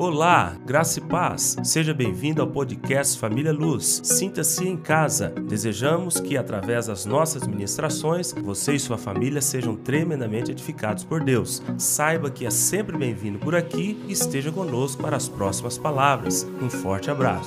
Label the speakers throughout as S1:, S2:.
S1: Olá, graça e paz. Seja bem-vindo ao podcast Família Luz. Sinta-se em casa. Desejamos que, através das nossas ministrações, você e sua família sejam tremendamente edificados por Deus. Saiba que é sempre bem-vindo por aqui e esteja conosco para as próximas palavras. Um forte abraço.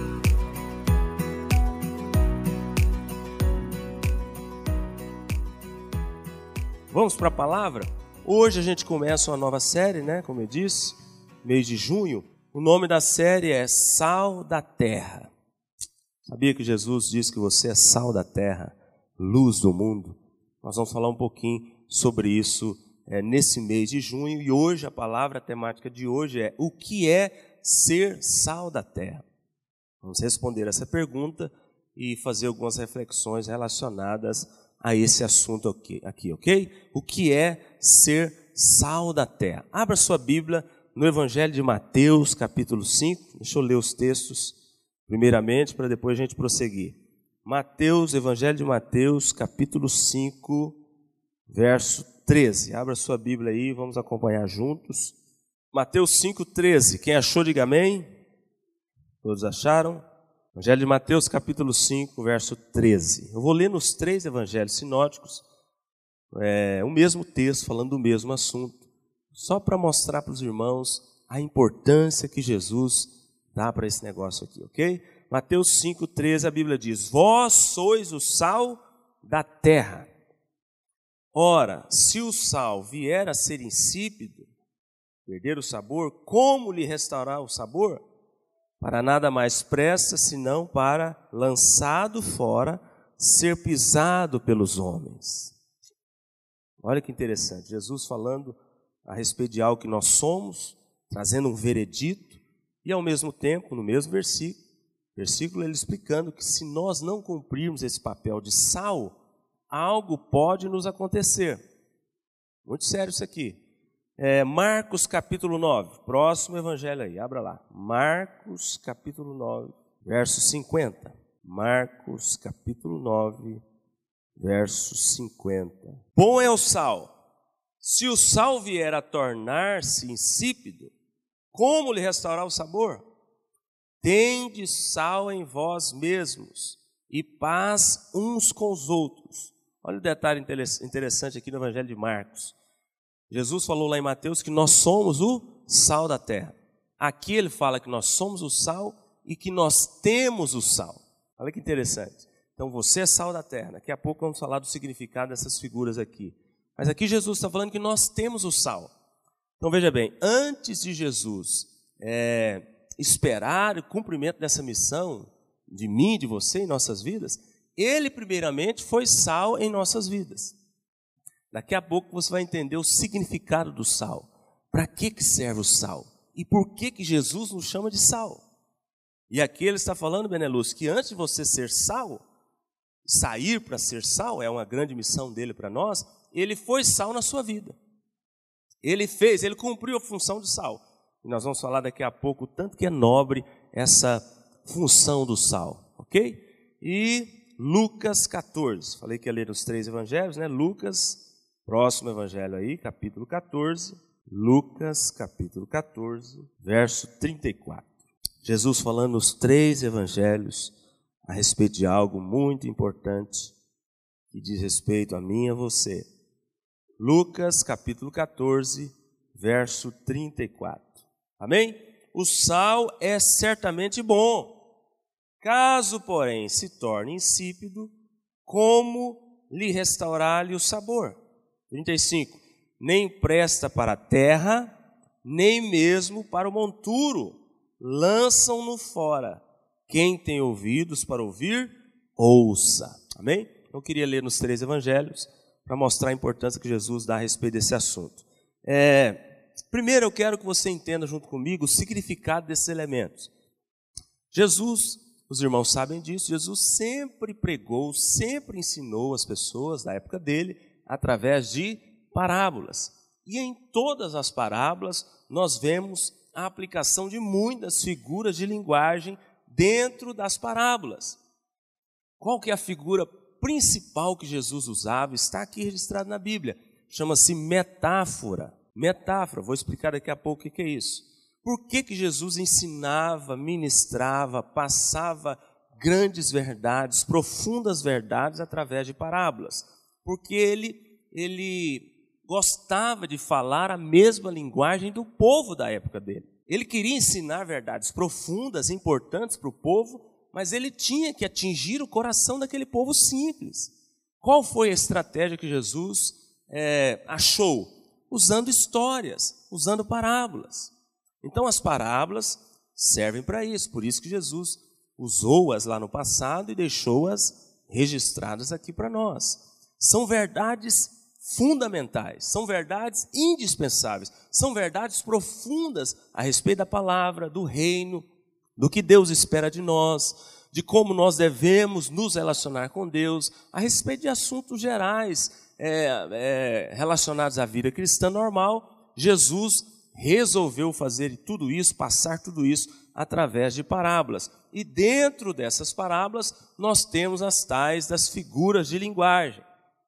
S1: Vamos para a palavra? Hoje a gente começa uma nova série, como eu disse, mês de junho. O nome da série é Sal da Terra. Sabia que Jesus disse que você é sal da terra, luz do mundo? Nós vamos falar um pouquinho sobre isso nesse mês de junho. E hoje a temática de hoje é: o que é ser sal da terra? Vamos responder essa pergunta e fazer algumas reflexões relacionadas a esse assunto aqui, ok? O que é ser sal da terra? Abra sua Bíblia no Evangelho de Mateus, capítulo 5. Deixa eu ler os textos primeiramente, para depois a gente prosseguir. Evangelho de Mateus, capítulo 5, verso 13. Abra sua Bíblia aí, vamos acompanhar juntos. Mateus 5, 13. Quem achou, diga amém. Todos acharam? Evangelho de Mateus, capítulo 5, verso 13. Eu vou ler nos 3 evangelhos sinóticos o mesmo texto, falando do mesmo assunto, só para mostrar para os irmãos a importância que Jesus dá para esse negócio aqui, ok? Mateus 5, 13, a Bíblia diz: vós sois o sal da terra. Ora, se o sal vier a ser insípido, perder o sabor, como lhe restaurar o sabor? Para nada mais presta, senão para, lançado fora, ser pisado pelos homens. Olha que interessante, Jesus falando a respeito de algo que nós somos, trazendo um veredito, e ao mesmo tempo, no mesmo versículo ele explicando que se nós não cumprirmos esse papel de sal, algo pode nos acontecer. Muito sério isso aqui. Marcos capítulo 9, próximo evangelho aí, abra lá. Marcos capítulo 9, verso 50. Marcos capítulo 9, verso 50. Bom é o sal. Se o sal vier a tornar-se insípido, como lhe restaurar o sabor? Tende sal em vós mesmos e paz uns com os outros. Olha o detalhe interessante aqui no evangelho de Marcos. Jesus falou lá em Mateus que nós somos o sal da terra. Aqui ele fala que nós somos o sal e que nós temos o sal. Olha que interessante. Então você é sal da terra. Daqui a pouco vamos falar do significado dessas figuras aqui. Mas aqui Jesus está falando que nós temos o sal. Então veja bem, antes de Jesus esperar o cumprimento dessa missão de mim, de você em nossas vidas, ele primeiramente foi sal em nossas vidas. Daqui a pouco você vai entender o significado do sal. Para que serve o sal? E por que Jesus nos chama de sal? E aqui ele está falando, Benelux, que antes de você ser sal, sair para ser sal, é uma grande missão dele para nós, ele foi sal na sua vida. Ele cumpriu a função de sal. E nós vamos falar daqui a pouco o tanto que é nobre essa função do sal, ok? E Lucas 14, falei que ia ler os 3 evangelhos, Lucas, próximo evangelho aí, capítulo 14, Lucas, capítulo 14, verso 34. Jesus falando nos 3 evangelhos a respeito de algo muito importante que diz respeito a mim e a você. Lucas, capítulo 14, verso 34. Amém? O sal é certamente bom. Caso, porém, se torne insípido, como lhe restaurar-lhe o sabor? 35. Nem presta para a terra, nem mesmo para o monturo. Lançam-no fora. Quem tem ouvidos para ouvir, ouça. Amém? Eu queria ler nos 3 evangelhos para mostrar a importância que Jesus dá a respeito desse assunto. Primeiro eu quero que você entenda junto comigo o significado desses elementos. Jesus, os irmãos sabem disso, Jesus sempre pregou, sempre ensinou as pessoas da época dele através de parábolas. E em todas as parábolas nós vemos a aplicação de muitas figuras de linguagem dentro das parábolas. Qual que é a figura principal que Jesus usava? Está aqui registrado na Bíblia. Chama-se metáfora. Metáfora, vou explicar daqui a pouco o que é isso. Por que Jesus ensinava, ministrava, passava grandes verdades, profundas verdades através de parábolas? Porque ele gostava de falar a mesma linguagem do povo da época dele. Ele queria ensinar verdades profundas, importantes para o povo, mas ele tinha que atingir o coração daquele povo simples. Qual foi a estratégia que Jesus achou? Usando histórias, usando parábolas. Então as parábolas servem para isso, por isso que Jesus usou-as lá no passado e deixou-as registradas aqui para nós. São verdades fundamentais, são verdades indispensáveis, são verdades profundas a respeito da palavra, do reino, do que Deus espera de nós, de como nós devemos nos relacionar com Deus, a respeito de assuntos gerais relacionados à vida cristã normal. Jesus resolveu fazer tudo isso, passar tudo isso através de parábolas. E dentro dessas parábolas nós temos as tais das figuras de linguagem.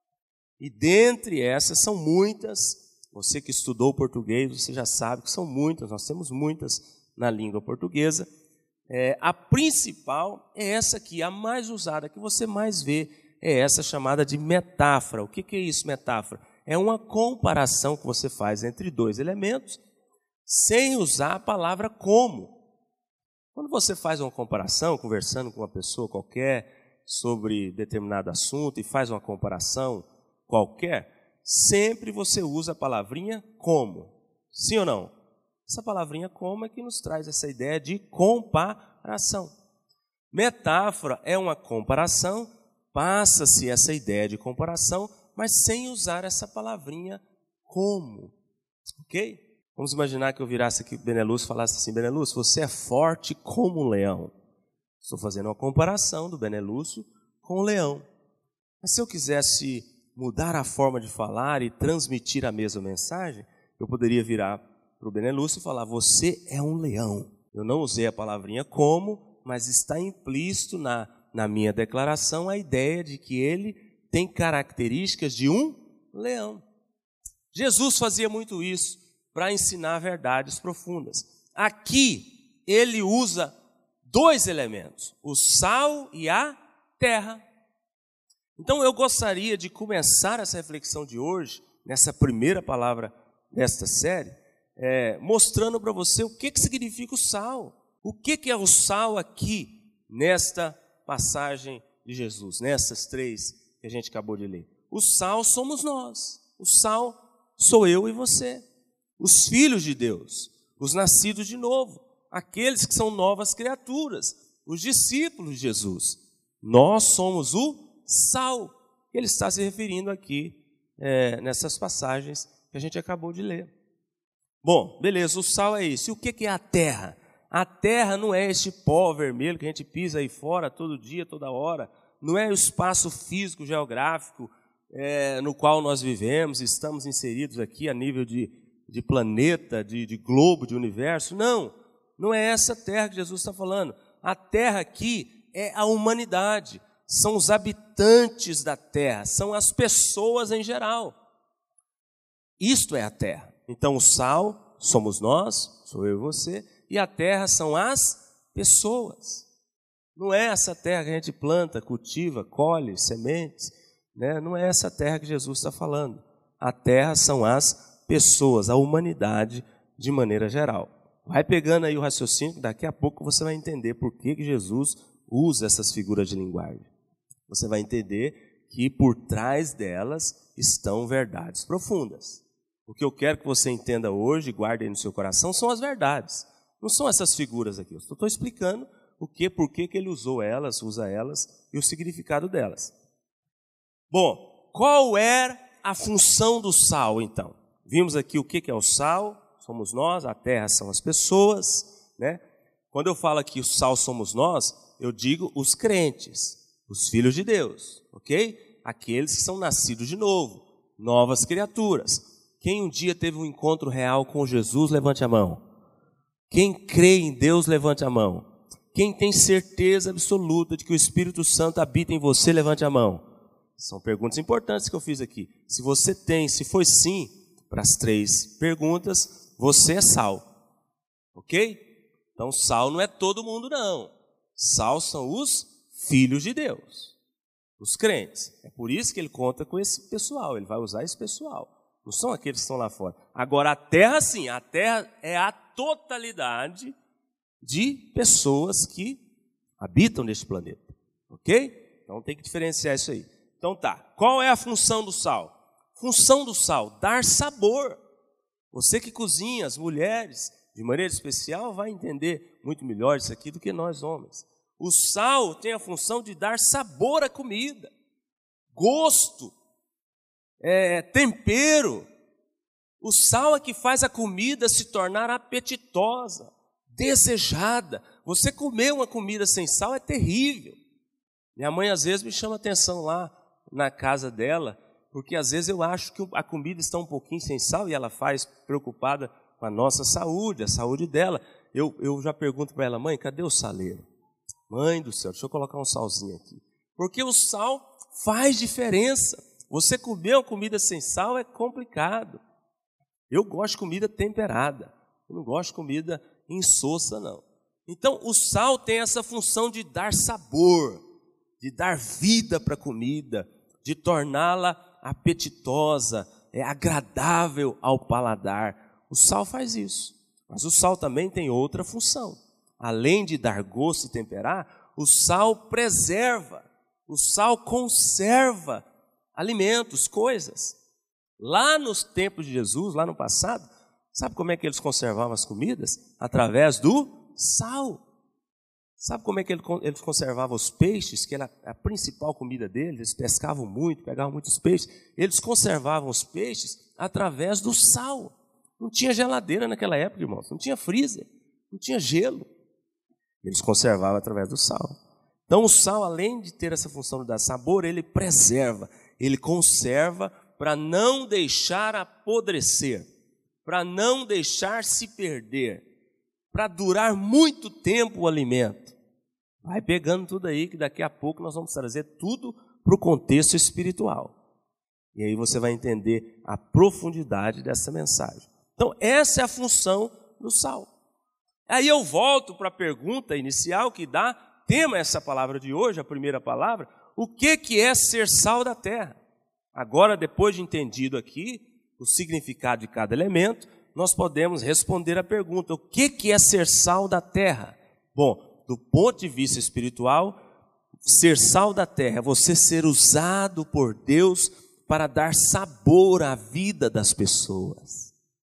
S1: E dentre essas são muitas, você que estudou português, você já sabe que são muitas, nós temos muitas na língua portuguesa. A principal é essa aqui, a mais usada, que você mais vê, é essa chamada de metáfora. O que é isso, metáfora? É uma comparação que você faz entre dois elementos, sem usar a palavra como. Quando você faz uma comparação, conversando com uma pessoa qualquer sobre determinado assunto e faz uma comparação qualquer, sempre você usa a palavrinha como. Sim ou não? Essa palavrinha como é que nos traz essa ideia de comparação. Metáfora é uma comparação, passa-se essa ideia de comparação, mas sem usar essa palavrinha como. Ok? Vamos imaginar que eu virasse aqui Benelux e falasse assim: Benelux, você é forte como um leão. Estou fazendo uma comparação do Benelux com o leão. Mas se eu quisesse mudar a forma de falar e transmitir a mesma mensagem, eu poderia virar para o Benelux e falar: você é um leão. Eu não usei a palavrinha como, mas está implícito na minha declaração a ideia de que ele tem características de um leão. Jesus fazia muito isso para ensinar verdades profundas. Aqui ele usa dois elementos, o sal e a terra. Então eu gostaria de começar essa reflexão de hoje, nessa primeira palavra desta série, mostrando para você o que significa o sal. O que é o sal aqui, nesta passagem de Jesus, nessas três que a gente acabou de ler. O sal somos nós, o sal sou eu e você, os filhos de Deus, os nascidos de novo, aqueles que são novas criaturas, os discípulos de Jesus. Nós somos o sal. Ele está se referindo aqui nessas passagens que a gente acabou de ler. Bom, beleza, o sal é isso. E o que é a terra? A terra não é este pó vermelho que a gente pisa aí fora todo dia, toda hora. Não é o espaço físico, geográfico no qual nós vivemos, estamos inseridos aqui a nível de planeta, de globo, de universo. Não é essa terra que Jesus está falando. A terra aqui é a humanidade, são os habitantes da terra, são as pessoas em geral. Isto é a terra. Então o sal somos nós, sou eu e você, e a terra são as pessoas. Não é essa terra que a gente planta, cultiva, colhe sementes, né? Não é essa terra que Jesus está falando. A terra são as pessoas, a humanidade de maneira geral. Vai pegando aí o raciocínio, daqui a pouco você vai entender por que Jesus usa essas figuras de linguagem. Você vai entender que por trás delas estão verdades profundas. O que eu quero que você entenda hoje, guarde aí no seu coração, são as verdades. Não são essas figuras aqui. Eu estou explicando por que ele usou elas, usa elas e o significado delas. Bom, qual é a função do sal, então? Vimos aqui o que é o sal, somos nós, a terra são as pessoas, né? Quando eu falo aqui o sal somos nós, eu digo os crentes, os filhos de Deus, ok? Aqueles que são nascidos de novo, novas criaturas. Quem um dia teve um encontro real com Jesus, levante a mão. Quem crê em Deus, levante a mão. Quem tem certeza absoluta de que o Espírito Santo habita em você, levante a mão. São perguntas importantes que eu fiz aqui. Se você tem, se foi sim, para as três perguntas, você é sal. Ok? Então, sal não é todo mundo, não. Sal são os filhos de Deus, os crentes. É por isso que ele conta com esse pessoal, ele vai usar esse pessoal. Não são aqueles que estão lá fora. Agora, a terra, sim, a terra é a totalidade de pessoas que habitam neste planeta. Ok? Então, tem que diferenciar isso aí. Então, tá. Qual é a função do sal? Função do sal, dar sabor. Você que cozinha, as mulheres, de maneira especial, vai entender muito melhor isso aqui do que nós homens. O sal tem a função de dar sabor à comida, gosto, tempero. O sal é que faz a comida se tornar apetitosa, desejada. Você comer uma comida sem sal é terrível. Minha mãe às vezes me chama atenção lá na casa dela, porque às vezes eu acho que a comida está um pouquinho sem sal e ela faz preocupada com a nossa saúde, a saúde dela. Eu já pergunto para ela, mãe, cadê o saleiro? Mãe do céu, deixa eu colocar um salzinho aqui. Porque o sal faz diferença. Você comer uma comida sem sal é complicado. Eu gosto de comida temperada. Eu não gosto de comida insossa, não. Então, o sal tem essa função de dar sabor, de dar vida para a comida, de torná-la apetitosa, agradável ao paladar. O sal faz isso. Mas o sal também tem outra função. Além de dar gosto e temperar, o sal preserva, o sal conserva alimentos, coisas. Lá nos tempos de Jesus, lá no passado, sabe como é que eles conservavam as comidas? Através do sal. Sabe como é que eles conservavam os peixes, que era a principal comida deles? Eles pescavam muito, pegavam muitos peixes. Eles conservavam os peixes através do sal. Não tinha geladeira naquela época, irmãos. Não tinha freezer, não tinha gelo. Eles conservavam através do sal. Então o sal, além de ter essa função de dar sabor, ele preserva, ele conserva para não deixar apodrecer, para não deixar se perder, para durar muito tempo o alimento. Vai pegando tudo aí, que daqui a pouco nós vamos trazer tudo para o contexto espiritual. E aí você vai entender a profundidade dessa mensagem. Então essa é a função do sal. Aí eu volto para a pergunta inicial que dá tema a essa palavra de hoje, a primeira palavra. O que é ser sal da terra? Agora, depois de entendido aqui o significado de cada elemento, nós podemos responder a pergunta: o que é ser sal da terra? Bom, do ponto de vista espiritual, ser sal da terra é você ser usado por Deus para dar sabor à vida das pessoas.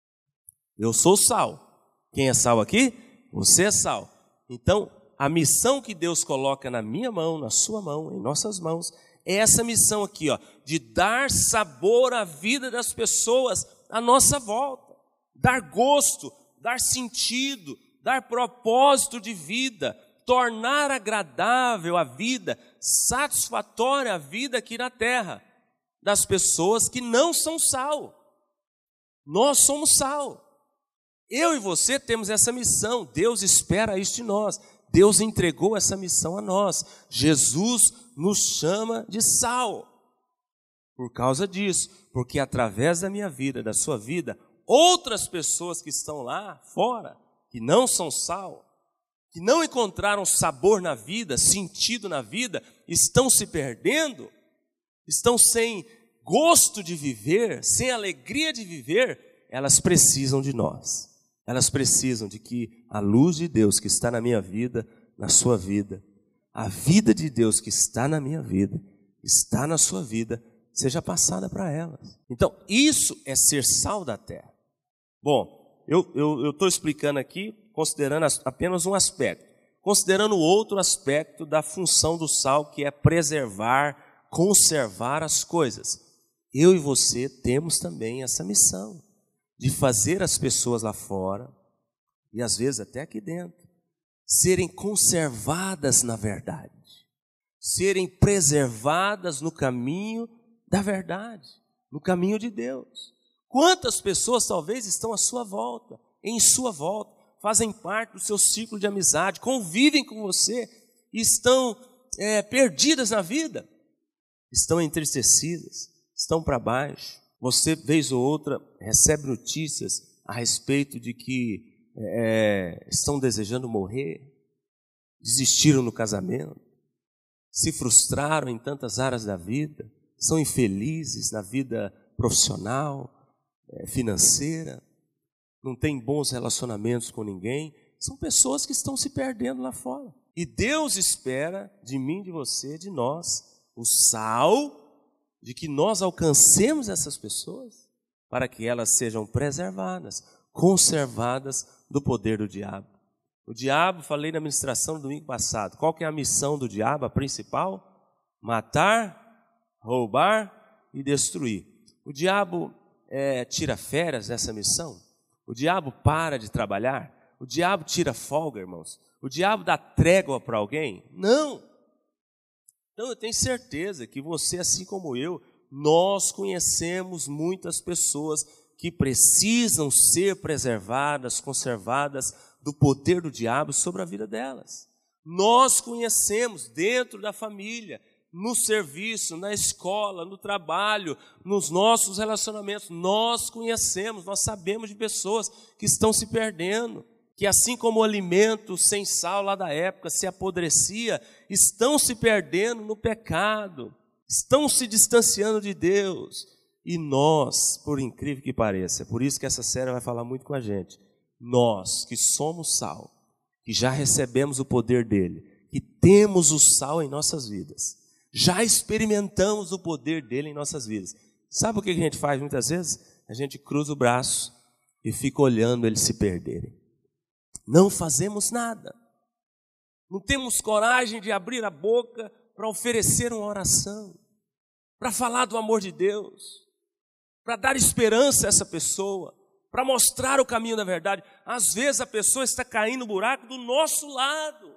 S1: Eu sou sal. Quem é sal aqui? Você é sal. Então, a missão que Deus coloca na minha mão, na sua mão, em nossas mãos, é essa missão aqui, ó, de dar sabor à vida das pessoas à nossa volta. Dar gosto, dar sentido, dar propósito de vida, tornar agradável a vida, satisfatória a vida aqui na terra, das pessoas que não são sal. Nós somos sal. Eu e você temos essa missão, Deus espera isso de nós, Deus entregou essa missão a nós, Jesus nos chama de sal, por causa disso, porque através da minha vida, da sua vida, outras pessoas que estão lá fora, que não são sal, que não encontraram sabor na vida, sentido na vida, estão se perdendo, estão sem gosto de viver, sem alegria de viver, elas precisam de nós. Elas precisam de que a luz de Deus que está na minha vida, na sua vida, a vida de Deus que está na minha vida, está na sua vida, seja passada para elas. Então, isso é ser sal da terra. Bom, eu estou explicando aqui, considerando apenas um aspecto. Considerando o outro aspecto da função do sal, que é preservar, conservar as coisas. Eu e você temos também essa missão de fazer as pessoas lá fora, e às vezes até aqui dentro, serem conservadas na verdade, serem preservadas no caminho da verdade, no caminho de Deus. Quantas pessoas talvez estão à sua volta, em sua volta, fazem parte do seu ciclo de amizade, convivem com você, e estão perdidas na vida, estão entristecidas, estão para baixo. Você, vez ou outra, recebe notícias a respeito de que estão desejando morrer, desistiram no casamento, se frustraram em tantas áreas da vida, são infelizes na vida profissional, financeira, não têm bons relacionamentos com ninguém. São pessoas que estão se perdendo lá fora. E Deus espera de mim, de você, de nós, o sal, de que nós alcancemos essas pessoas, para que elas sejam preservadas, conservadas do poder do diabo. O diabo, falei na ministração do domingo passado, qual que é a missão do diabo, a principal? Matar, roubar e destruir. O diabo tira férias dessa missão? O diabo para de trabalhar? O diabo tira folga, irmãos? O diabo dá trégua para alguém? Não! Então eu tenho certeza que você, assim como eu, nós conhecemos muitas pessoas que precisam ser preservadas, conservadas do poder do diabo sobre a vida delas. Nós conhecemos dentro da família, no serviço, na escola, no trabalho, nos nossos relacionamentos. Nós conhecemos, nós sabemos de pessoas que estão se perdendo, que assim como o alimento sem sal lá da época se apodrecia, estão se perdendo no pecado, estão se distanciando de Deus. E nós, por incrível que pareça, é por isso que essa série vai falar muito com a gente, nós que somos sal, que já recebemos o poder dele, que temos o sal em nossas vidas, já experimentamos o poder dele em nossas vidas. Sabe o que a gente faz muitas vezes? A gente cruza o braço e fica olhando eles se perderem. Não fazemos nada. Não temos coragem de abrir a boca para oferecer uma oração, para falar do amor de Deus, para dar esperança a essa pessoa, para mostrar o caminho da verdade. Às vezes a pessoa está caindo no buraco do nosso lado,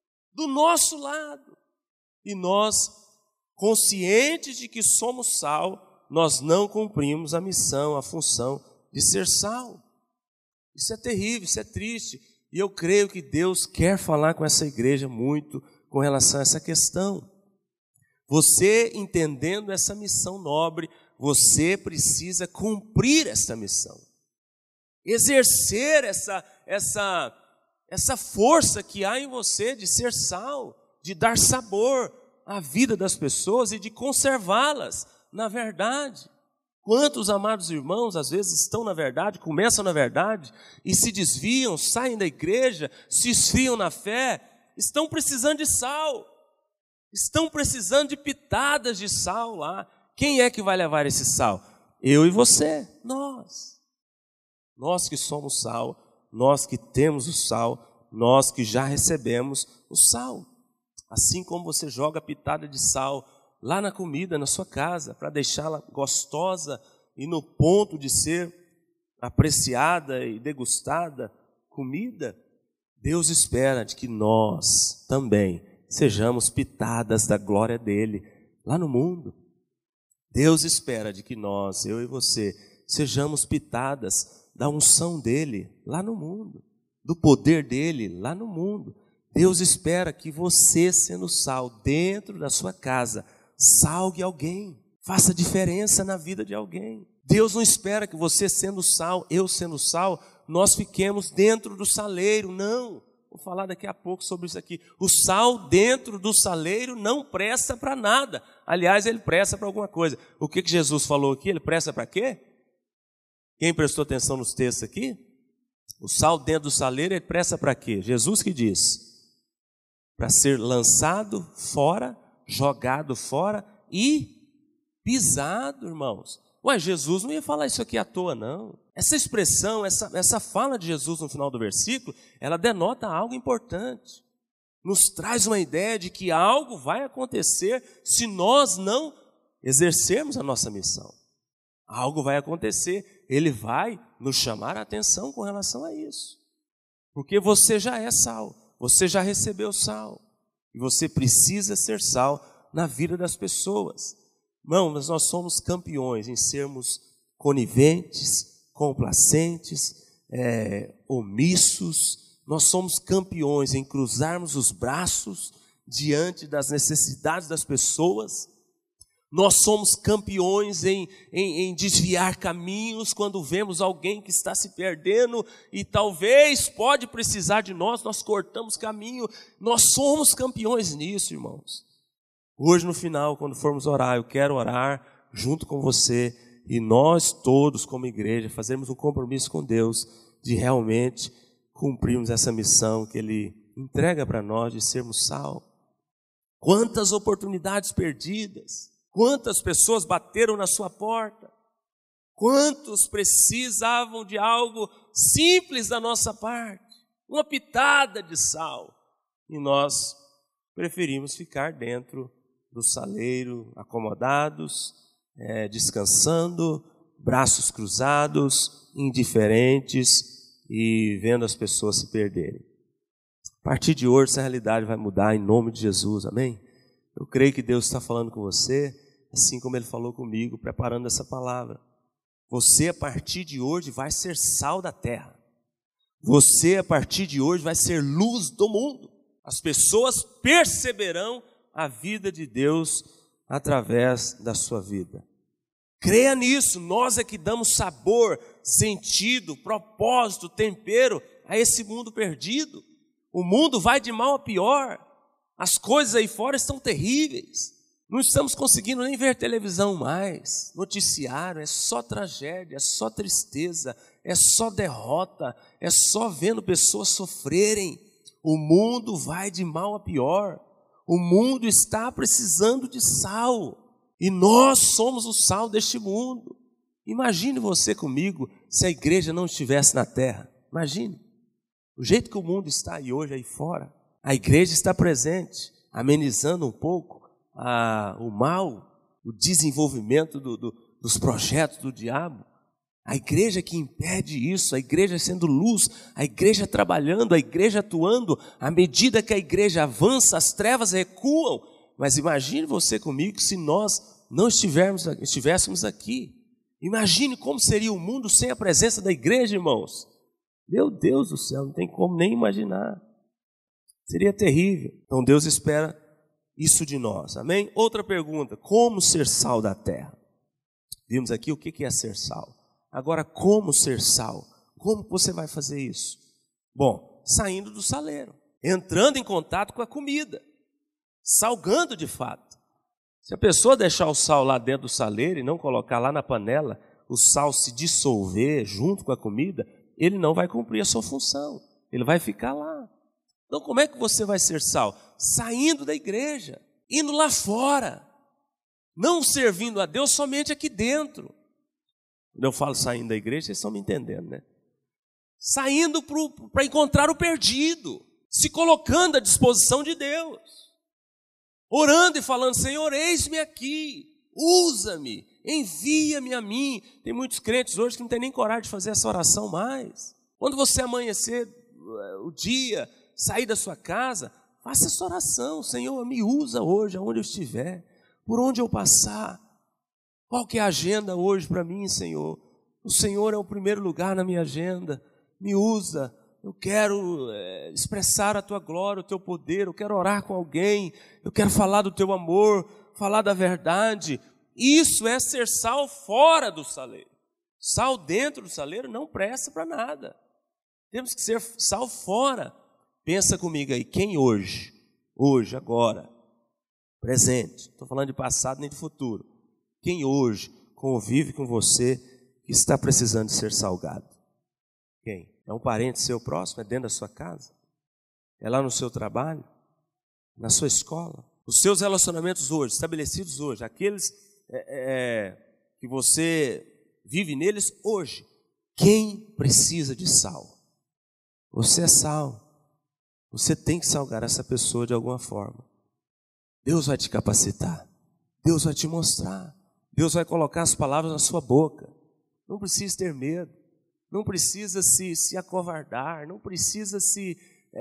S1: e nós, conscientes de que somos sal, nós não cumprimos a missão, a função de ser sal. Isso é terrível, isso é triste, e eu creio que Deus quer falar com essa igreja muito com relação a essa questão. Você entendendo essa missão nobre, você precisa cumprir essa missão, exercer essa força que há em você de ser sal, de dar sabor à vida das pessoas e de conservá-las na verdade. Quantos amados irmãos às vezes estão na verdade, começam na verdade e se desviam, saem da igreja, se esfriam na fé, estão precisando de sal, estão precisando de pitadas de sal lá. Quem é que vai levar esse sal? Eu e você, nós. Nós que somos sal, nós que temos o sal, nós que já recebemos o sal. Assim como você joga pitada de sal lá na comida, na sua casa, para deixá-la gostosa e no ponto de ser apreciada e degustada comida, Deus espera de que nós também sejamos pitadas da glória dele lá no mundo. Deus espera de que nós, eu e você, sejamos pitadas da unção dele lá no mundo, do poder dele lá no mundo. Deus espera que você, sendo sal dentro da sua casa, salgue alguém, faça diferença na vida de alguém. Deus não espera que você, sendo sal, eu sendo sal, nós fiquemos dentro do saleiro, não. Vou falar daqui a pouco sobre isso aqui. O sal dentro do saleiro não presta para nada. Aliás, ele presta para alguma coisa. O que Jesus falou aqui? Ele presta para quê? Quem prestou atenção nos textos aqui? O sal dentro do saleiro, ele presta para quê? Jesus que diz: para ser lançado fora, jogado fora e pisado, irmãos. Ué, Jesus não ia falar isso aqui à toa, não. Essa expressão, essa fala de Jesus no final do versículo, ela denota algo importante. Nos traz uma ideia de que algo vai acontecer se nós não exercermos a nossa missão. Algo vai acontecer, ele vai nos chamar a atenção com relação a isso. Porque você já é sal, você já recebeu sal. E você precisa ser sal na vida das pessoas. Irmãos, nós somos campeões em sermos coniventes, complacentes, omissos. Nós somos campeões em cruzarmos os braços diante das necessidades das pessoas. Nós somos campeões em desviar caminhos quando vemos alguém que está se perdendo e talvez pode precisar de nós, nós cortamos caminho. Nós somos campeões nisso, irmãos. Hoje no final, quando formos orar, eu quero orar junto com você e nós todos como igreja fazermos um compromisso com Deus de realmente cumprirmos essa missão que Ele entrega para nós de sermos sal. Quantas oportunidades perdidas! Quantas pessoas bateram na sua porta? Quantos precisavam de algo simples da nossa parte? Uma pitada de sal. E nós preferimos ficar dentro do saleiro, acomodados, descansando, braços cruzados, indiferentes e vendo as pessoas se perderem. A partir de hoje, essa realidade vai mudar em nome de Jesus, amém? Eu creio que Deus está falando com você, assim como Ele falou comigo, preparando essa palavra. Você, a partir de hoje, vai ser sal da terra. Você, a partir de hoje, vai ser luz do mundo. As pessoas perceberão a vida de Deus através da sua vida. Creia nisso, nós é que damos sabor, sentido, propósito, tempero a esse mundo perdido. O mundo vai de mal a pior. As coisas aí fora estão terríveis. Não estamos conseguindo nem ver televisão mais, noticiário, é só tragédia, é só tristeza, é só derrota, é só vendo pessoas sofrerem. O mundo vai de mal a pior, o mundo está precisando de sal, e nós somos o sal deste mundo. Imagine você comigo, se a igreja não estivesse na terra, imagine, o jeito que o mundo está aí hoje aí fora, a igreja está presente, amenizando um pouco o mal, o desenvolvimento dos projetos do diabo. A igreja que impede isso, a igreja sendo luz, a igreja trabalhando, a igreja atuando. À medida que a igreja avança, as trevas recuam. Mas imagine você comigo se nós não estivéssemos aqui. Imagine como seria o mundo sem a presença da igreja, irmãos. Meu Deus do céu, não tem como nem imaginar. Seria terrível. Então Deus espera isso de nós, amém? Outra pergunta, como ser sal da terra? Vimos aqui o que é ser sal. Agora, como ser sal? Como você vai fazer isso? Bom, saindo do saleiro, entrando em contato com a comida, salgando de fato. Se a pessoa deixar o sal lá dentro do saleiro e não colocar lá na panela, o sal se dissolver junto com a comida, ele não vai cumprir a sua função, ele vai ficar lá. Então como é que você vai ser sal? Saindo da igreja, indo lá fora, não servindo a Deus somente aqui dentro. Quando eu falo saindo da igreja, vocês estão me entendendo, né? Saindo para encontrar o perdido, se colocando à disposição de Deus, orando e falando, Senhor, eis-me aqui, usa-me, envia-me a mim. Tem muitos crentes hoje que não tem nem coragem de fazer essa oração mais. Quando você amanhecer o dia, sair da sua casa, faça essa oração, Senhor, me usa hoje, aonde eu estiver, por onde eu passar. Qual que é a agenda hoje para mim, Senhor? O Senhor é o primeiro lugar na minha agenda, me usa, eu quero expressar a Tua glória, o Teu poder, eu quero orar com alguém, eu quero falar do Teu amor, falar da verdade. Isso é ser sal fora do saleiro. Sal dentro do saleiro não presta para nada. Temos que ser sal fora. Pensa comigo aí, quem hoje, agora, presente, não estou falando de passado nem de futuro, quem hoje convive com você que está precisando de ser salgado? Quem? É um parente seu próximo? É dentro da sua casa? É lá no seu trabalho? Na sua escola? Os seus relacionamentos hoje, estabelecidos hoje, aqueles que você vive neles hoje, quem precisa de sal? Você é sal. Você tem que salgar essa pessoa de alguma forma. Deus vai te capacitar. Deus vai te mostrar. Deus vai colocar as palavras na sua boca. Não precisa ter medo. Não precisa se acovardar. Não precisa se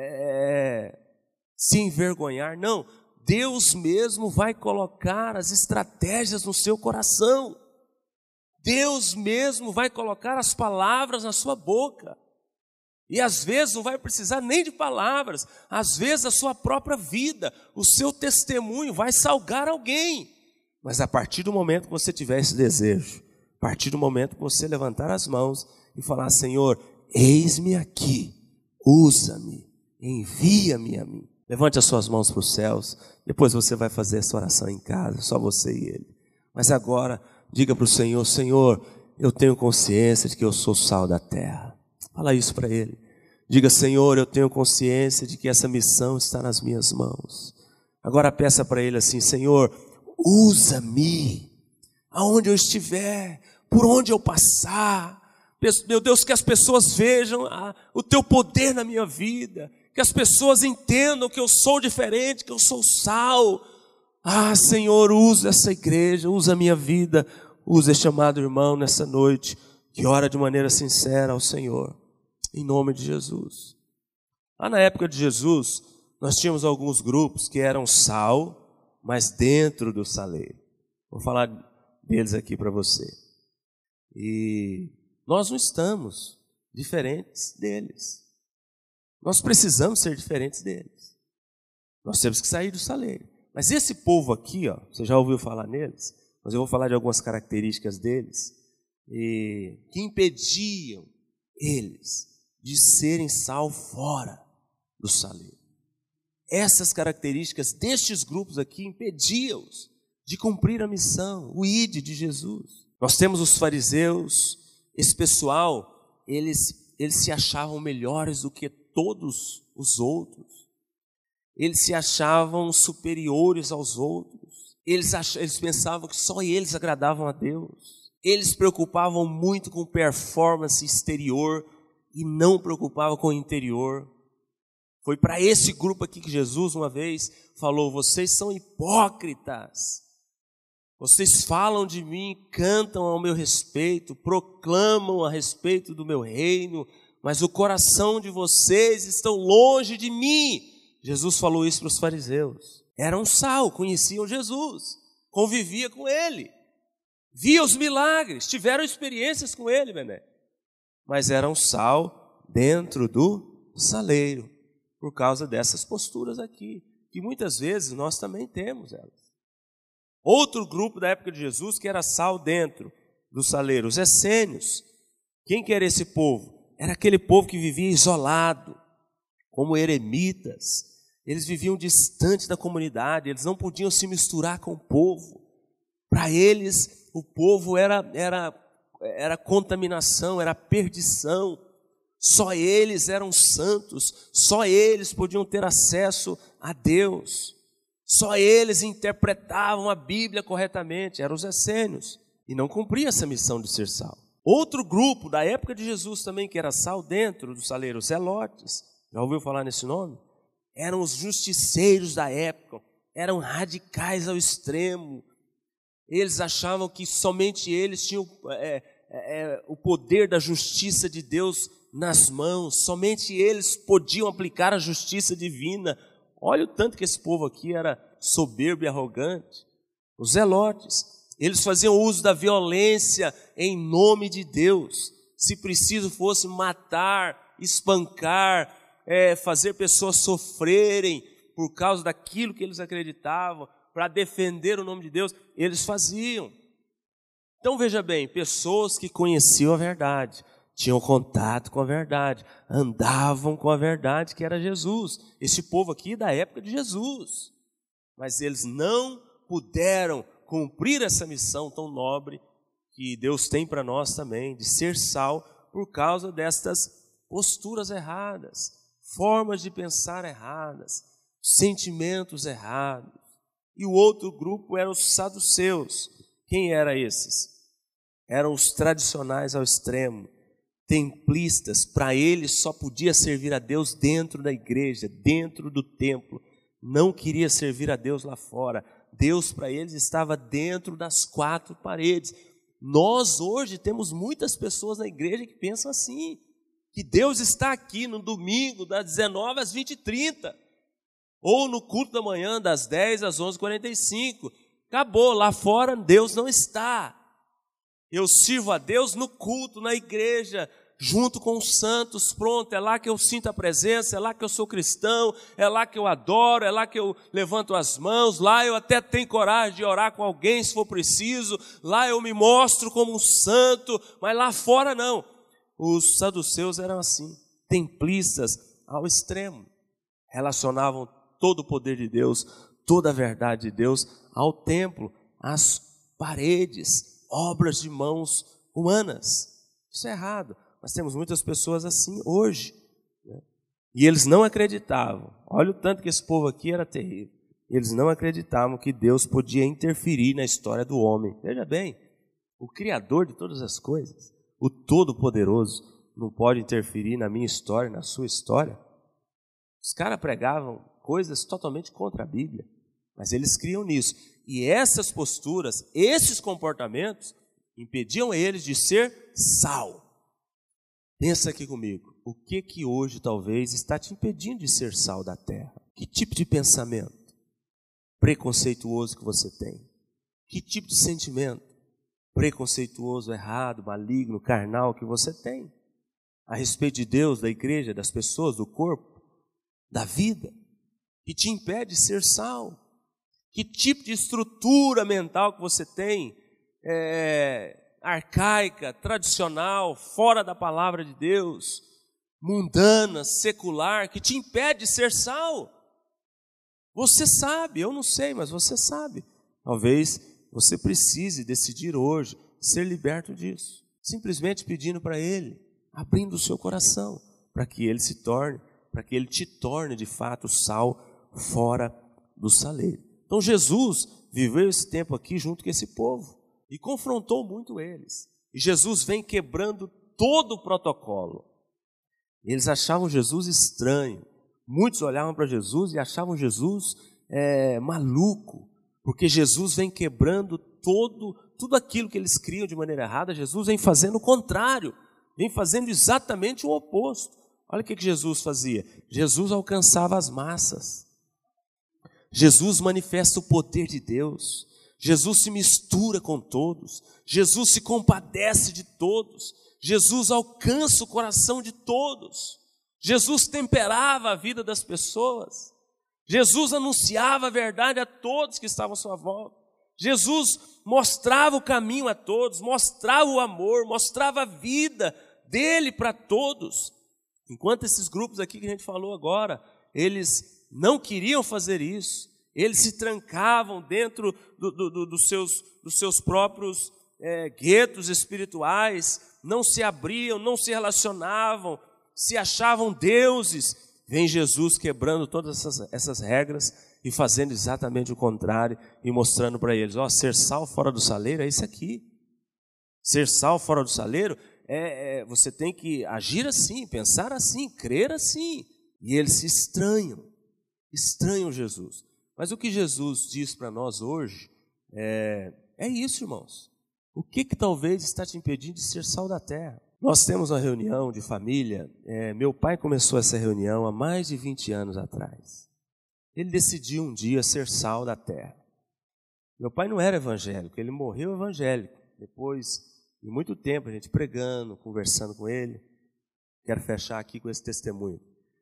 S1: envergonhar. Não. Deus mesmo vai colocar as estratégias no seu coração. Deus mesmo vai colocar as palavras na sua boca. E às vezes não vai precisar nem de palavras, às vezes a sua própria vida, o seu testemunho vai salgar alguém, Mas a partir do momento que você tiver esse desejo, a partir do momento que você levantar as mãos e falar: Senhor, eis-me aqui, usa-me, envia-me a mim. Levante as suas mãos para os céus, depois você vai fazer essa oração em casa, só você e ele. Mas agora, diga para o Senhor: Senhor, eu tenho consciência de que eu sou sal da terra. Fala isso para ele. Diga: Senhor, eu tenho consciência de que essa missão está nas minhas mãos. Agora peça para ele assim: Senhor, usa-me, aonde eu estiver, por onde eu passar. Meu Deus, que as pessoas vejam o teu poder na minha vida, que as pessoas entendam que eu sou diferente, que eu sou sal. Senhor, usa essa igreja, usa a minha vida, usa este amado irmão nessa noite, que ora de maneira sincera ao Senhor, em nome de Jesus. Lá na época de Jesus, nós tínhamos alguns grupos que eram sal, mas dentro do saleiro. Vou falar deles aqui para você. E nós não estamos diferentes deles. Nós precisamos ser diferentes deles. Nós temos que sair do saleiro. Mas esse povo aqui, você já ouviu falar neles? Mas eu vou falar de algumas características deles que impediam eles de serem sal fora do saleiro. Essas características destes grupos aqui impediam-os de cumprir a missão, o ide de Jesus. Nós temos os fariseus. Esse pessoal, eles se achavam melhores do que todos os outros. Eles se achavam superiores aos outros. Eles pensavam que só eles agradavam a Deus. Eles se preocupavam muito com performance exterior e não preocupavam com o interior. Foi para esse grupo aqui que Jesus uma vez falou: vocês são hipócritas. Vocês falam de mim, cantam ao meu respeito, proclamam a respeito do meu reino, mas o coração de vocês estão longe de mim. Jesus falou isso para os fariseus. Eram sal, conheciam Jesus, convivia com ele, via os milagres, tiveram experiências com ele, Bené. Mas eram sal dentro do saleiro, por causa dessas posturas aqui, que muitas vezes nós também temos elas. Outro grupo da época de Jesus que era sal dentro do saleiro, os essênios. Quem que era esse povo? Era aquele povo que vivia isolado, como eremitas. Eles viviam distante da comunidade, eles não podiam se misturar com o povo. Para eles, o povo era contaminação, era perdição. Só eles eram santos, só eles podiam ter acesso a Deus. Só eles interpretavam a Bíblia corretamente, eram os essênios, e não cumpriam essa missão de ser sal. Outro grupo da época de Jesus também, que era sal dentro do saleiro, os zelotes. Já ouviu falar nesse nome? Eram os justiceiros da época, eram radicais ao extremo. Eles achavam que somente eles tinham o poder da justiça de Deus nas mãos, somente eles podiam aplicar a justiça divina. Olha o tanto que esse povo aqui era soberbo e arrogante. Os zelotes, eles faziam uso da violência em nome de Deus. Se preciso fosse matar, espancar, fazer pessoas sofrerem por causa daquilo que eles acreditavam, para defender o nome de Deus, eles faziam. Então veja bem, pessoas que conheciam a verdade, tinham contato com a verdade, andavam com a verdade que era Jesus. Esse povo aqui da época de Jesus. Mas eles não puderam cumprir essa missão tão nobre que Deus tem para nós também, de ser sal, por causa destas posturas erradas, formas de pensar erradas, sentimentos errados. E o outro grupo eram os saduceus. Quem eram esses? Eram os tradicionais ao extremo, templistas. Para eles só podia servir a Deus dentro da igreja, dentro do templo. Não queria servir a Deus lá fora. Deus para eles estava dentro das quatro paredes. Nós hoje temos muitas pessoas na igreja que pensam assim, que Deus está aqui no domingo das 19 às 20h30, ou no culto da manhã das 10 às 11h45. Acabou, lá fora Deus não está. Eu sirvo a Deus no culto, na igreja, junto com os santos, pronto, é lá que eu sinto a presença, é lá que eu sou cristão, é lá que eu adoro, é lá que eu levanto as mãos, lá eu até tenho coragem de orar com alguém se for preciso, lá eu me mostro como um santo, mas lá fora não. Os saduceus eram assim, templistas ao extremo, relacionavam todo o poder de Deus, toda a verdade de Deus ao templo, às paredes, obras de mãos humanas. Isso é errado. Nós temos muitas pessoas assim hoje, né? E eles não acreditavam. Olha o tanto que esse povo aqui era terrível. Eles não acreditavam que Deus podia interferir na história do homem. Veja bem, o Criador de todas as coisas, o Todo-Poderoso, não pode interferir na minha história, na sua história. Os caras pregavam coisas totalmente contra a Bíblia, mas eles criam nisso. E essas posturas, esses comportamentos, impediam eles de ser sal. Pensa aqui comigo, o que hoje talvez está te impedindo de ser sal da terra? Que tipo de pensamento preconceituoso que você tem? Que tipo de sentimento preconceituoso, errado, maligno, carnal que você tem? A respeito de Deus, da igreja, das pessoas, do corpo, da vida, que te impede de ser sal? Que tipo de estrutura mental que você tem, arcaica, tradicional, fora da palavra de Deus, mundana, secular, que te impede de ser sal? Você sabe, eu não sei, mas você sabe. Talvez você precise decidir hoje ser liberto disso, simplesmente pedindo para Ele, abrindo o seu coração, para que Ele se torne, para que Ele te torne de fato sal fora do saleiro. Então Jesus viveu esse tempo aqui junto com esse povo e confrontou muito eles. E Jesus vem quebrando todo o protocolo. Eles achavam Jesus estranho. Muitos olhavam para Jesus e achavam Jesus maluco, porque Jesus vem quebrando tudo aquilo que eles criam de maneira errada. Jesus vem fazendo o contrário, vem fazendo exatamente o oposto. Olha o que Jesus fazia. Jesus alcançava as massas. Jesus manifesta o poder de Deus. Jesus se mistura com todos. Jesus se compadece de todos. Jesus alcança o coração de todos. Jesus temperava a vida das pessoas. Jesus anunciava a verdade a todos que estavam à sua volta. Jesus mostrava o caminho a todos, mostrava o amor, mostrava a vida dele para todos. Enquanto esses grupos aqui que a gente falou agora, eles não queriam fazer isso, eles se trancavam dentro dos seus próprios guetos espirituais, não se abriam, não se relacionavam, se achavam deuses. Vem Jesus quebrando todas essas regras e fazendo exatamente o contrário e mostrando para eles, ser sal fora do saleiro é isso aqui. Ser sal fora do saleiro você tem que agir assim, pensar assim, crer assim. E eles se estranham Jesus. Mas o que Jesus diz para nós hoje é isso, irmãos. O que talvez está te impedindo de ser sal da terra? Nós temos uma reunião de família. Meu pai começou essa reunião há mais de 20 anos atrás. Ele decidiu um dia ser sal da terra. Meu pai não era evangélico, ele morreu evangélico. Depois de muito tempo a gente pregando, conversando com ele. Quero fechar aqui com esse testemunho.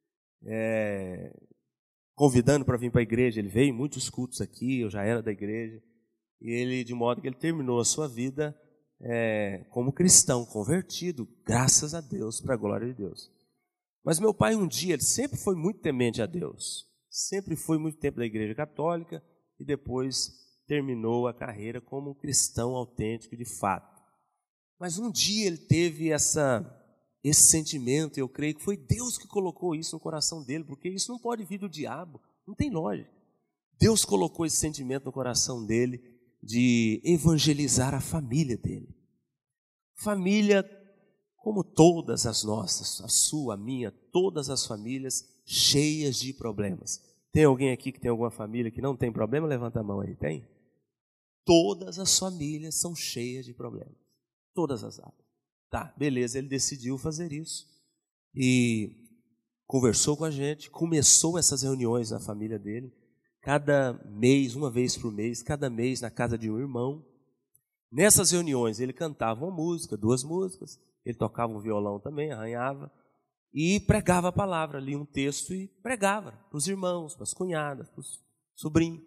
S1: Convidando para vir para a igreja, ele veio em muitos cultos aqui, eu já era da igreja. E ele, de modo que ele terminou a sua vida como cristão, convertido, graças a Deus, para a glória de Deus. Mas meu pai um dia, ele sempre foi muito temente a Deus, sempre foi muito tempo da igreja católica e depois terminou a carreira como um cristão autêntico de fato. Mas um dia ele teve esse sentimento, eu creio que foi Deus que colocou isso no coração dele, porque isso não pode vir do diabo, não tem lógica. Deus colocou esse sentimento no coração dele de evangelizar a família dele. Família como todas as nossas, a sua, a minha, todas as famílias cheias de problemas. Tem alguém aqui que tem alguma família que não tem problema? Levanta a mão aí, tem? Todas as famílias são cheias de problemas, todas as áreas. Tá, beleza, ele decidiu fazer isso e conversou com a gente, começou essas reuniões na família dele, cada mês, uma vez por mês, cada mês na casa de um irmão. Nessas reuniões ele cantava uma música, 2 músicas, ele tocava um violão também, arranhava, e pregava a palavra, lia um texto e pregava para os irmãos, para as cunhadas, para os sobrinhos.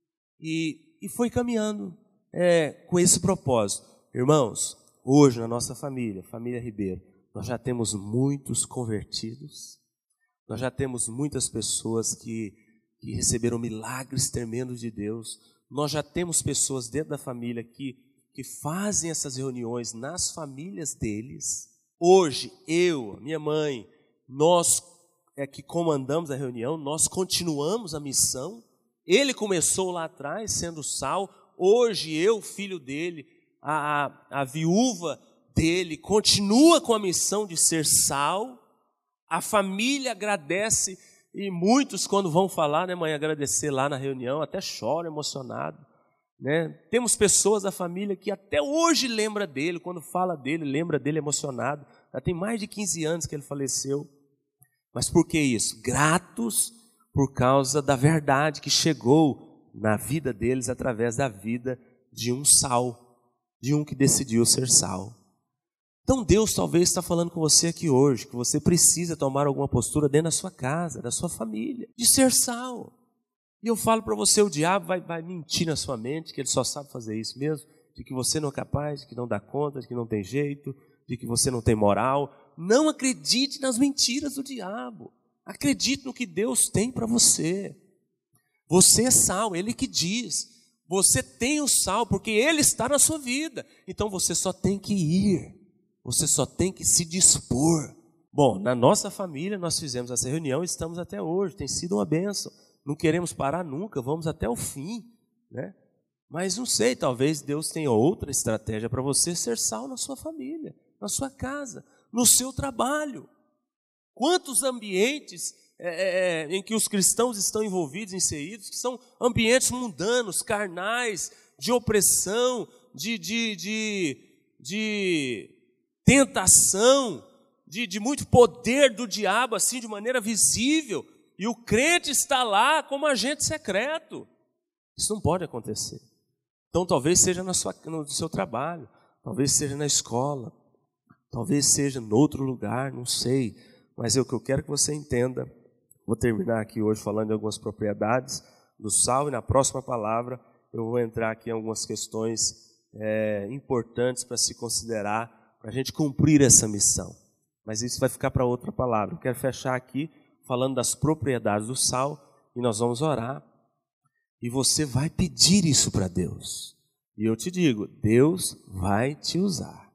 S1: E foi caminhando com esse propósito. Irmãos, hoje na nossa família, família Ribeiro, nós já temos muitos convertidos, nós já temos muitas pessoas que receberam milagres tremendos de Deus, nós já temos pessoas dentro da família que fazem essas reuniões nas famílias deles. Hoje, eu, minha mãe, nós que comandamos a reunião, nós continuamos a missão. Ele começou lá atrás, sendo sal. Hoje, eu, filho dele, a viúva dele, continua com a missão de ser sal. A família agradece, e muitos, quando vão falar, né, mãe, agradecer lá na reunião, até choram emocionado. Né? Temos pessoas da família que até hoje lembra dele, quando fala dele, lembra dele emocionado. Já tem mais de 15 anos que ele faleceu. Mas por que isso? Gratos por causa da verdade que chegou na vida deles através da vida de um sal, de um que decidiu ser sal. Então Deus talvez está falando com você aqui hoje, que você precisa tomar alguma postura dentro da sua casa, da sua família, de ser sal. E eu falo para você, o diabo vai mentir na sua mente, que ele só sabe fazer isso mesmo, de que você não é capaz, de que não dá conta, de que não tem jeito, de que você não tem moral. Não acredite nas mentiras do diabo. Acredite no que Deus tem para você. Você é sal, Ele que diz. Você tem o sal, porque Ele está na sua vida. Então você só tem que ir. Você só tem que se dispor. Bom, na nossa família nós fizemos essa reunião e estamos até hoje. Tem sido uma bênção. Não queremos parar nunca, vamos até o fim, né? Mas não sei, talvez Deus tenha outra estratégia para você ser sal na sua família, na sua casa, no seu trabalho. Quantos ambientes em que os cristãos estão envolvidos, inseridos, que são ambientes mundanos, carnais, de opressão, de tentação, de muito poder do diabo, assim, de maneira visível, e o crente está lá como agente secreto. Isso não pode acontecer. Então talvez seja no seu trabalho, talvez seja na escola, talvez seja em outro lugar, não sei. Mas o que eu quero que você entenda, vou terminar aqui hoje falando de algumas propriedades do sal, e na próxima palavra eu vou entrar aqui em algumas questões importantes para se considerar, para a gente cumprir essa missão. Mas isso vai ficar para outra palavra. Eu quero fechar aqui falando das propriedades do sal, e nós vamos orar, e você vai pedir isso para Deus. E eu te digo, Deus vai te usar.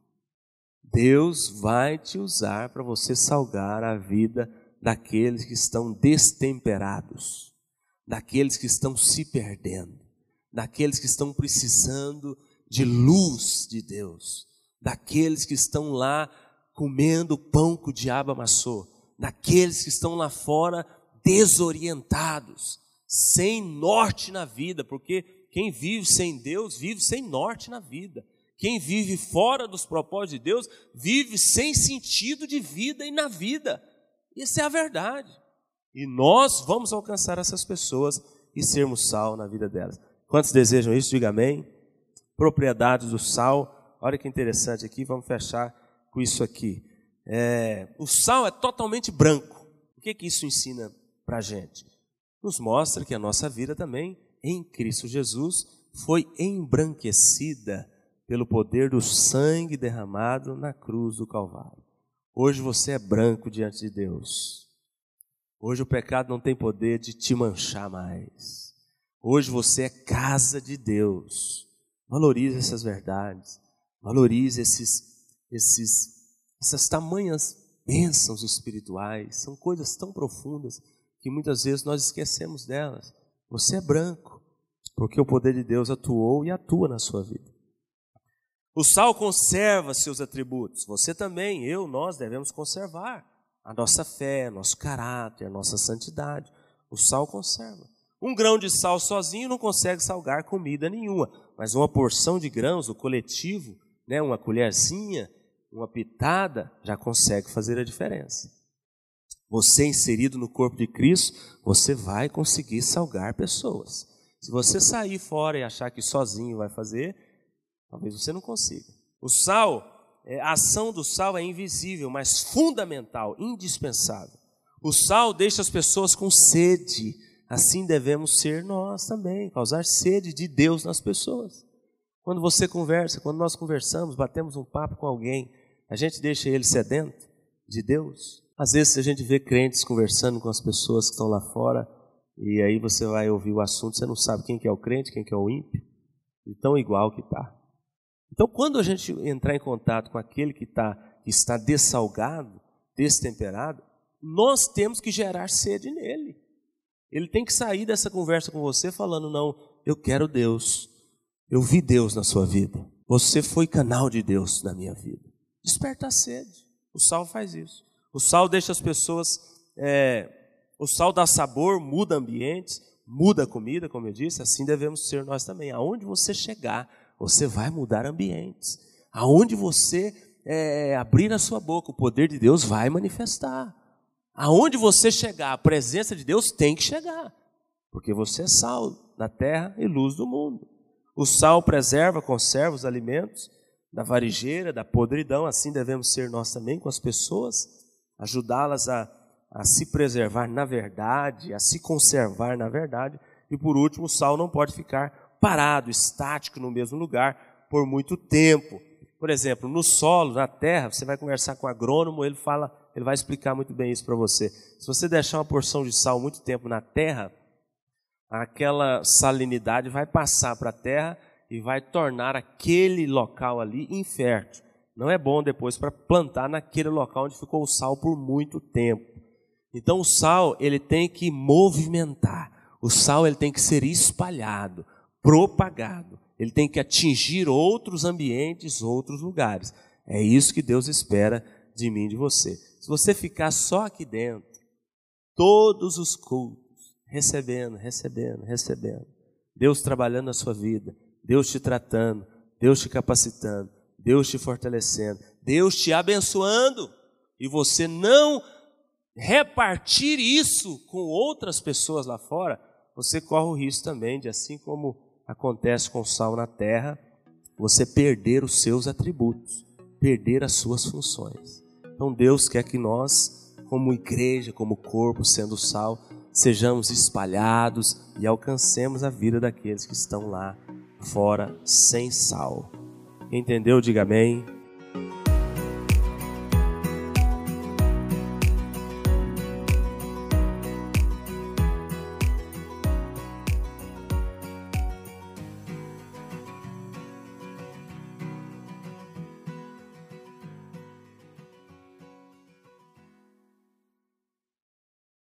S1: Deus vai te usar para você salgar a vida daqueles que estão destemperados, daqueles que estão se perdendo, daqueles que estão precisando de luz de Deus, daqueles que estão lá comendo o pão que o diabo amassou, daqueles que estão lá fora desorientados, sem norte na vida, porque quem vive sem Deus vive sem norte na vida. Quem vive fora dos propósitos de Deus vive sem sentido de vida e na vida. Essa é a verdade. E nós vamos alcançar essas pessoas e sermos sal na vida delas. Quantos desejam isso? Diga amém. Propriedades do sal. Olha que interessante aqui, vamos fechar com isso aqui. O sal é totalmente branco. O que isso ensina para a gente? Nos mostra que a nossa vida também, em Cristo Jesus, foi embranquecida pelo poder do sangue derramado na cruz do Calvário. Hoje você é branco diante de Deus. Hoje o pecado não tem poder de te manchar mais. Hoje você é casa de Deus. Valorize essas verdades. Valorize essas tamanhas bênçãos espirituais. São coisas tão profundas que muitas vezes nós esquecemos delas. Você é branco, porque o poder de Deus atuou e atua na sua vida. O sal conserva seus atributos. Você também, nós devemos conservar a nossa fé, nosso caráter, a nossa santidade. O sal conserva. Um grão de sal sozinho não consegue salgar comida nenhuma, mas uma porção de grãos, o coletivo, né, uma colherzinha, uma pitada, já consegue fazer a diferença. Você inserido no corpo de Cristo, você vai conseguir salgar pessoas. Se você sair fora e achar que sozinho vai fazer, talvez você não consiga. O sal a ação do sal é invisível, mas fundamental, indispensável. O sal deixa as pessoas com sede. Assim devemos ser nós também, causar sede de Deus nas pessoas. Quando você conversa, quando nós conversamos, batemos um papo com alguém, a gente deixa ele sedento de Deus. Às vezes a gente vê crentes conversando com as pessoas que estão lá fora, e aí você vai ouvir o assunto, você não sabe quem que é o crente, quem que é o ímpio, de tão igual que está. Então, quando a gente entrar em contato com aquele que está dessalgado, destemperado, nós temos que gerar sede nele. Ele tem que sair dessa conversa com você falando, não, eu quero Deus, eu vi Deus na sua vida, você foi canal de Deus na minha vida. Desperta a sede, o sal faz isso. O sal deixa as pessoas, o sal dá sabor, muda ambientes, muda a comida, como eu disse, assim devemos ser nós também. Aonde você chegar, você vai mudar ambientes. Aonde você abrir a sua boca, o poder de Deus vai manifestar. Aonde você chegar, a presença de Deus tem que chegar, porque você é sal da terra e luz do mundo. O sal preserva, conserva os alimentos da varijeira, da podridão, assim devemos ser nós também com as pessoas, ajudá-las a se preservar na verdade, a se conservar na verdade. E por último, o sal não pode ficar parado, estático no mesmo lugar por muito tempo. Por exemplo, no solo, na terra, você vai conversar com o agrônomo, ele vai explicar muito bem isso para você. Se você deixar uma porção de sal muito tempo na terra, aquela salinidade vai passar para a terra e vai tornar aquele local ali infértil. Não é bom depois para plantar naquele local onde ficou o sal por muito tempo. Então o sal, ele tem que movimentar. O sal, ele tem que ser espalhado, propagado. Ele tem que atingir outros ambientes, outros lugares. É isso que Deus espera de mim e de você. Se você ficar só aqui dentro, todos os cultos, recebendo, Deus trabalhando na sua vida, Deus te tratando, Deus te capacitando, Deus te fortalecendo, Deus te abençoando, e você não repartir isso com outras pessoas lá fora, você corre o risco também de, assim como acontece com o sal na terra, você perder os seus atributos, perder as suas funções. Então Deus quer que nós, como igreja, como corpo, sendo sal, sejamos espalhados e alcancemos a vida daqueles que estão lá fora sem sal. Quem entendeu, diga amém.